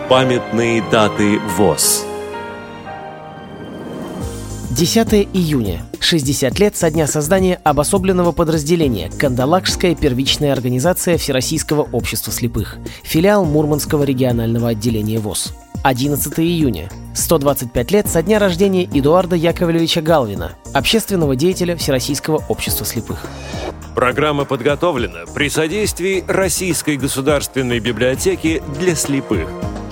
Памятные даты ВОС. 10 июня. 60 лет со дня создания обособленного подразделения Кандалакшская первичная организация Всероссийского общества слепых, филиал Мурманского регионального отделения ВОС. 11 июня. 125 лет со дня рождения Эдуарда Яковлевича Галвина, общественного деятеля Всероссийского общества слепых. Программа подготовлена при содействии Российской государственной библиотеки для слепых.